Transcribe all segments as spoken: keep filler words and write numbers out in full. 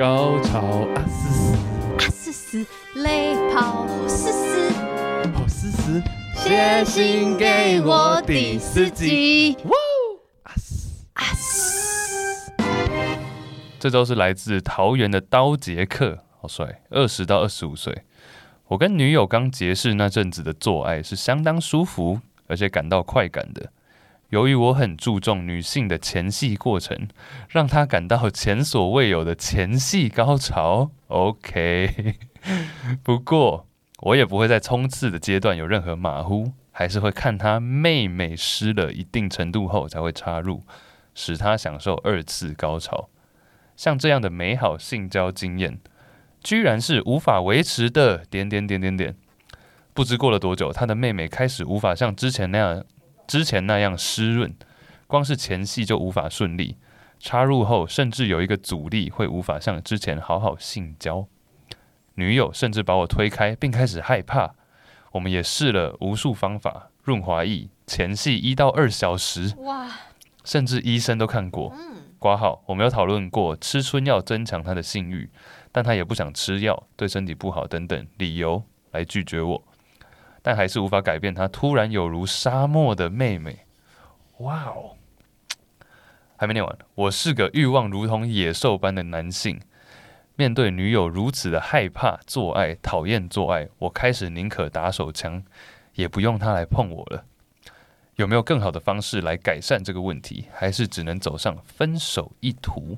高潮啊嘶嘶啊嘶嘶，泪泡嘶嘶， 好嘶嘶， 写信给我第四集。 哇啊嘶啊嘶， 这周是来自桃园的刀杰克，好帅，二十到二十五岁。我跟女友刚结识那阵子的做爱是相当舒服，而且感到快感的。由于我很注重女性的前戏过程，让她感到前所未有的前戏高潮。OK， 不过我也不会在冲刺的阶段有任何马虎，还是会看她妹妹湿了一定程度后才会插入，使她享受二次高潮。像这样的美好性交经验，居然是无法维持的。点点点点点，不知过了多久，她的妹妹开始无法像之前那样。之前那样湿润，光是前戏就无法顺利，插入后甚至有一个阻力，会无法像之前好好性交。女友甚至把我推开，并开始害怕。我们也试了无数方法，润滑液、前戏一到二小时， 哇， 甚至医生都看过。挂号，我们有讨论过吃春药增强她的性欲，但她也不想吃药，对身体不好等等理由来拒绝我。但还是无法改变她突然有如沙漠的妹妹。哇哦，还没念完。我是个欲望如同野兽般的男性，面对女友如此的害怕做爱、讨厌做爱，我开始宁可打手枪，也不用她来碰我了。有没有更好的方式来改善这个问题？还是只能走上分手一途？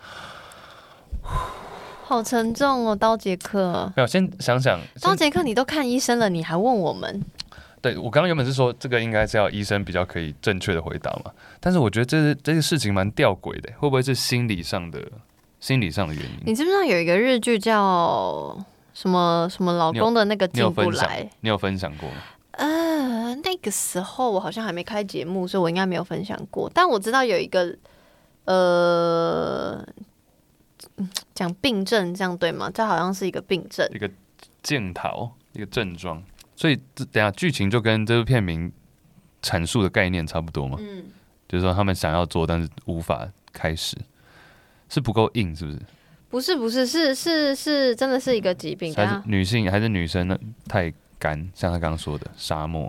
好沉重哦，刀杰克。 没有，先想想， 刀杰克，你都看医生了，你还问我们？ 对，我刚刚原本是说这个应该是要医生比较可以正确的回答嘛，但是我觉得这这个事情蛮吊诡的，会不会是心理上的心理上的原因？ 你知不知道有一个日剧叫什么什么老公的那个进不来？ 你有分享过吗？ 呃，那个时候我好像还没开节目，所以我应该没有分享过。但我知道有一个呃。讲病症，这样对吗？这好像是一个病症， 一个检讨，一个症状。所以等一下剧情就跟这部片名阐述的概念差不多嘛。嗯，就是说他们想要做，但是无法开始，是不够硬，是不是？ 不是，不是，是是是，真的是一个疾病。 还是女性还是女生呢？太干，像他刚刚说的沙漠。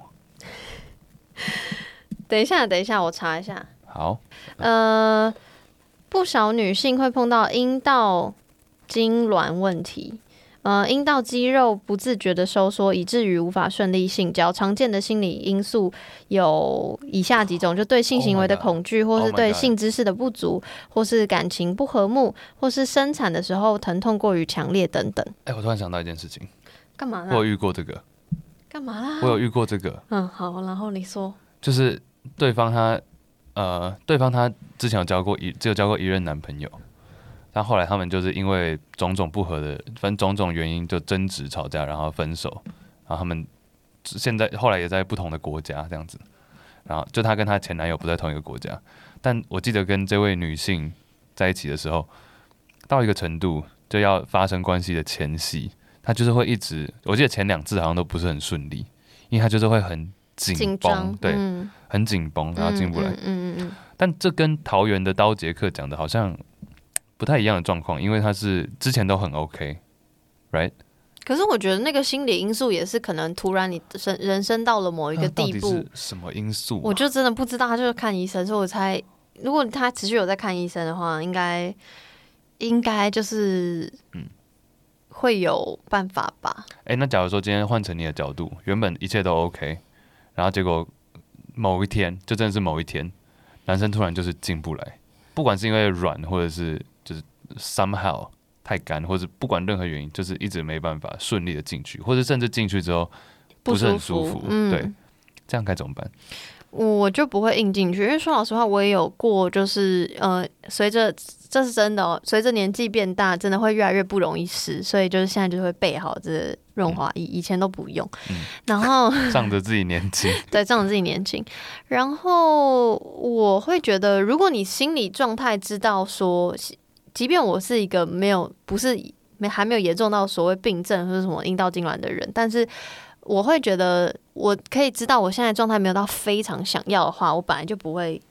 等一下，等一下，我查一下。 好。 呃。不少女性会碰到阴道痉挛问题，呃，阴道肌肉不自觉的收缩，以至于无法顺利性交。常见的心理因素有以下几种：就对性行为的恐惧， Oh 或是对性知识的不足， oh 或是感情不和睦，或是生产的时候疼痛过于强烈等等。 哎、欸，我突然想到一件事情， 干嘛啦？ 我有遇过这个。 干嘛啦？ 我有遇过这个。 嗯，好，然后你说， 就是对方他。呃，对方他之前有交过一，只有交过一任男朋友，但后来他们就是因为种种不合的，分种种原因就争执吵架，然后分手，然后他们现在后来也在不同的国家这样子，然后就他跟他前男友不在同一个国家，但我记得跟这位女性在一起的时候，到一个程度就要发生关系的前戏，他就是会一直，我记得前两次好像都不是很顺利，因为他就是会很紧绷，对。嗯，很紧绷，然后进不来。嗯嗯嗯。但这跟桃园的刀杰克讲的好像不太一样的状况，因为他是之前都很 OK，right？ 可是我觉得那个心理因素也是可能突然你人生到了某一个地步， 到底是什么因素啊？ 我就真的不知道。他就是看医生，所以我猜，如果他持续有在看医生的话，应该应该就是嗯会有办法吧。 哎、欸，那假如说今天换成你的角度，原本一切都 OK， 然后结果。某一天，就真的是某一天，男生突然就是进不来，不管是因为软，或者是就是 somehow 太干，或者不管任何原因，就是一直没办法顺利的进去，或者甚至进去之后不是很舒服，舒服嗯、对，这样该怎么办？ 我就不会硬进去，因为说老实话，我也有过，就是呃，随着这是真的哦，随着年纪变大，真的会越来越不容易湿，所以就是现在就会备好这润滑液，嗯、以前都不用，嗯、然后仗着自己年轻， 对，仗着自己年轻，然后我会觉得，如果你心理状态知道说，即便我是一个没有不是没还没有严重到所谓病症或者什么阴道痉挛的人，但是我会觉得我可以知道我现在状态没有到非常想要的话，我本来就不会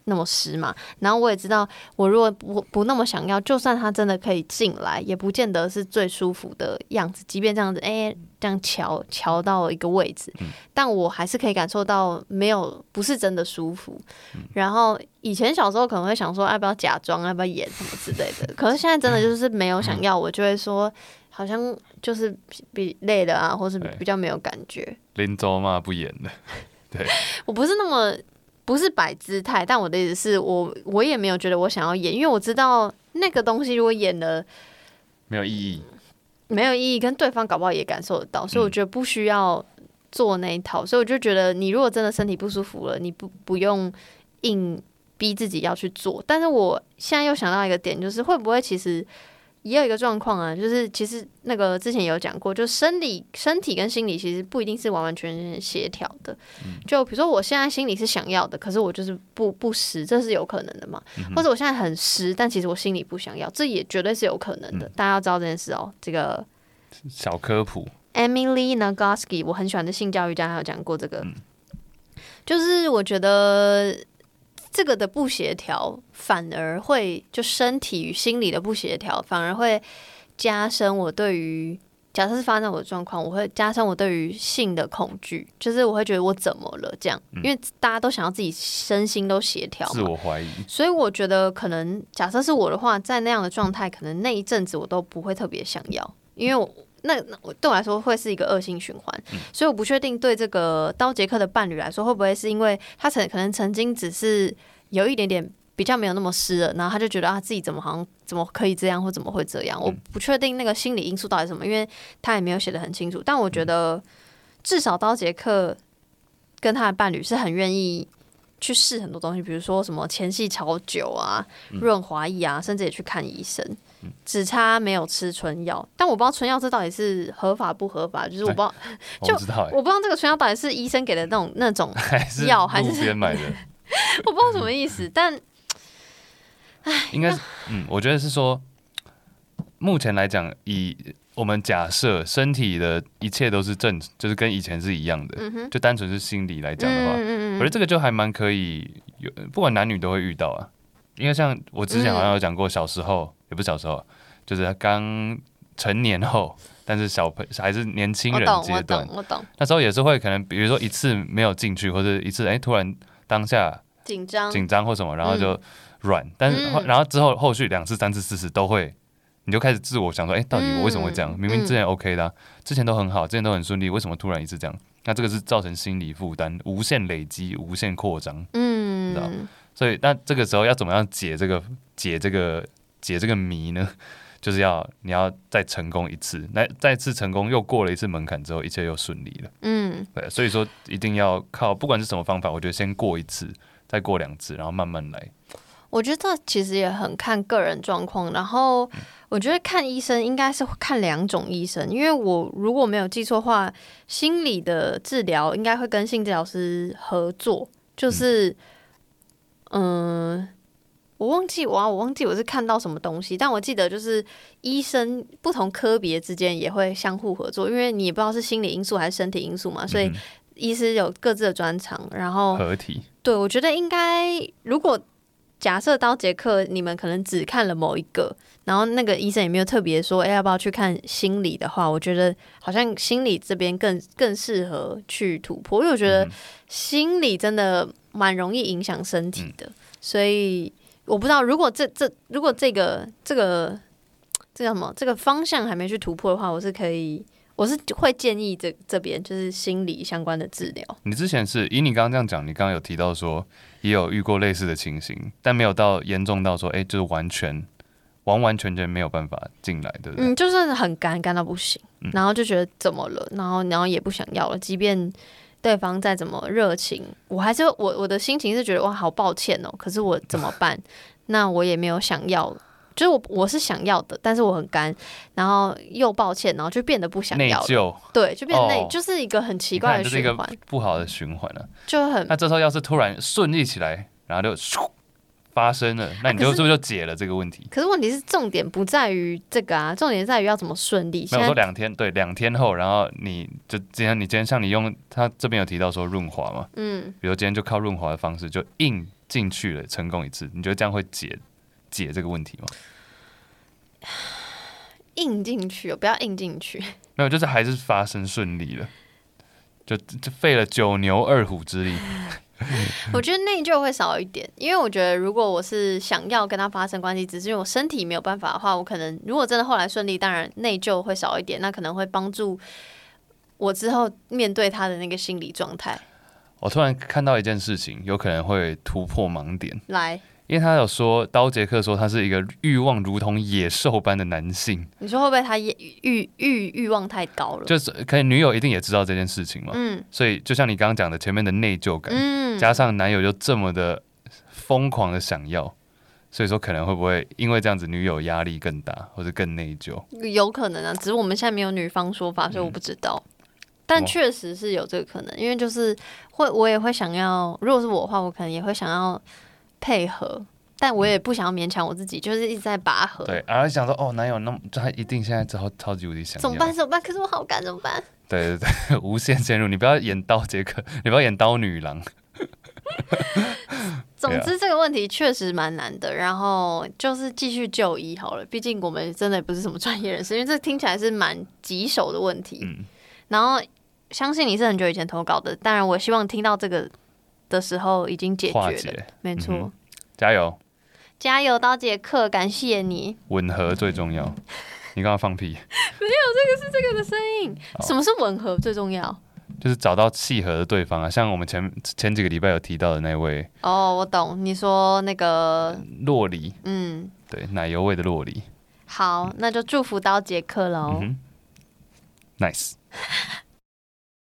那么湿嘛。然后我也知道，我如果不不那么想要，就算它真的可以进来，也不见得是最舒服的样子。即便这样子，哎、欸，这样瞧瞧到一个位置，嗯、但我还是可以感受到没有不是真的舒服。嗯、然后以前小时候可能会想说，要不要假装，要不要演什么之类的。可是现在真的就是没有想要，我就会说。好像就是比累的啊，或是比较没有感觉。 林州嘛不演的，对， 我不是那么不是摆姿态，但我的意思是我我也没有觉得我想要演，因为我知道那个东西如果演了没有意义， 没有意义，跟对方搞不好也感受得到，所以我觉得不需要做那一套。嗯、所以我就觉得，你如果真的身体不舒服了，你不不用硬逼自己要去做。但是我现在又想到一个点，就是会不会其实。也有一个状况啊，就是其实那个之前有讲过，就生理、身体跟心理其实不一定是完完全全协调的。嗯、就比如说我现在心里是想要的，可是我就是不不湿，这是有可能的嘛？嗯、或者我现在很湿，但其实我心里不想要，这也绝对是有可能的。嗯、大家要知道这件事哦。这个小科普 ，Emily Nagoski， 我很喜欢的性教育家，还有讲过这个，嗯、就是我觉得。这个的不协调，反而会就身体与心理的不协调，反而会加深我对于假设是发生在我的状况，我会加深我对于性的恐惧，就是我会觉得我怎么了这样，嗯、因为大家都想要自己身心都协调嘛， 自我怀疑，所以我觉得可能假设是我的话，在那样的状态，可能那一阵子我都不会特别想要，因为我。那对我来说会是一个恶性循环，嗯、所以我不确定对这个刀杰克的伴侣来说，会不会是因为他曾可能曾经只是有一点点比较没有那么湿了，然后他就觉得他自己怎么好像怎么可以这样或怎么会这样，嗯、我不确定那个心理因素到底是什么，因为他也没有写得很清楚。但我觉得至少刀杰克跟他的伴侣是很愿意去试很多东西，比如说什么前戏调酒啊、润滑液啊，甚至也去看医生。只差没有吃春药，但我不知道春药这到底是合法不合法，就是我不知道，欸、就我不知道、欸、 我不知道这个春药到底是医生给的那种那种药，还是路边买的， 我不知道什么意思。但， 唉，应该是嗯，我觉得是说，目前来讲，以我们假设身体的一切都是正，就是跟以前是一样的，嗯、就单纯是心理来讲的话，嗯嗯嗯我觉得这个就还蛮可以有，不管男女都会遇到啊。因为像我之前好像有讲过，小时候、嗯、也不是小时候，就是刚成年后，但是小朋还是年轻人阶段， 我懂，我懂。 那时候也是会可能，比如说一次没有进去，或者一次哎、欸、突然当下紧张紧张或什么，然后就软，嗯、但是然后之后后续两次、三次、四次都会，你就开始自我想说，哎、欸，到底我为什么会这样？嗯、明明之前 OK 的、啊，之前都很好，之前都很顺利，为什么突然一次这样？那这个是造成心理负担，无限累积、无限扩张，嗯，你知道。所以，那这个时候要怎么样解这个解这个解这个谜呢？就是要你要再成功一次，那再次成功又过了一次门槛之后，一切又顺利了。嗯，对，所以说一定要靠不管是什么方法，我觉得先过一次，再过两次，然后慢慢来。 我觉得这其实也很看个人状况，然后我觉得看医生应该是看两种医生，因为我如果没有记错的话，心理的治疗应该会跟性治疗师合作，就是。嗯嗯，我忘记我、啊、我忘记我是看到什么东西，但我记得就是医生不同科别之间也会相互合作，因为你也不知道是心理因素还是身体因素嘛，所以医师有各自的专长，然后合体。 对，我觉得应该如果假设刀杰克你们可能只看了某一个，然后那个医生也没有特别说，哎、欸，要不要去看心理的话，我觉得好像心理这边更更适合去突破，因为我觉得心理真的蛮容易影响身体的，嗯、所以我不知道如果这这如果这个这个这叫什么这个方向还没去突破的话，我是可以。我是会建议这这边就是心理相关的治疗。 你之前是以你刚刚这样讲，你刚刚有提到说也有遇过类似的情形，但没有到严重到说，哎、欸，就是完全完完全全没有办法进来，对不对？ 嗯，就是很干干到不行，嗯、然后就觉得怎么了，然后然后也不想要了，即便对方再怎么热情，我还是我我的心情是觉得哇好抱歉哦，可是我怎么办？那我也没有想要。就是我我是想要的，但是我很干，然后又抱歉，然后就变得不想要了。 内疚， 对，就变内， 哦、 就是一个很奇怪的循环， 就是一个不好的循环了、啊。 就很那这时候要是突然顺利起来，然后就咻发生了，那你就是不是就解了这个问题？ 可是问题是重点不在于这个啊，重点在于要怎么顺利。 没有说两天，对，两天后，然后你就今天你今天像你用他这边有提到说润滑嘛，嗯，比如今天就靠润滑的方式就硬进去了，成功一次，你觉得这样会解解这个问题吗？ 硬进去、哦，不要硬进去。 没有，就是还是发生顺利了，就就费了九牛二虎之力。 我觉得内疚会少一点，因为我觉得如果我是想要跟他发生关系，只是因为我身体没有办法的话，我可能如果真的后来顺利，当然内疚会少一点，那可能会帮助我之后面对他的那个心理状态。 我突然看到一件事情，有可能会突破盲点。 来， 因为他有说，刀杰克说他是一个欲望如同野兽般的男性。 你说会不会他欲欲欲欲望太高了？ 就是可能女友一定也知道这件事情嘛， 嗯， 所以就像你刚刚讲的，前面的内疚感， 嗯， 加上男友就这么的疯狂的想要，所以说可能会不会因为这样子，女友压力更大，或者更内疚？ 有可能啊，只是我们现在没有女方说法，所以我不知道。嗯，但确实是有这个可能，因为就是会，我也会想要，如果是我的话，我可能也会想要配合，但我也不想要勉强我自己，就是一直在拔河。 对，然后想说，哦，男友那他一定现在超超级无敌想要， 怎么办？怎么办？可是我好干，怎么办？ 对对对，无限陷入，你不要演刀杰克，你不要演刀女郎。 总之这个问题确实蛮难的，然后就是继续就医好了，毕竟我们真的也不是什么专业人士，因为这听起来是蛮棘手的问题。嗯，然后相信你是很久以前投稿的，当然我希望听到这个的时候已经解决了， 化解， 没错、嗯， 加油， 加油，刀杰克，感谢你。 吻合最重要，你刚刚放屁？没有， 这个是这个的声音。哦、什么是吻合最重要？ 就是找到契合的对方啊，像我们前前几个礼拜有提到的那位。 哦，我懂，你说那个洛梨， 嗯， 对，奶油味的洛梨。 好，那就祝福刀杰克喽。 嗯、nice。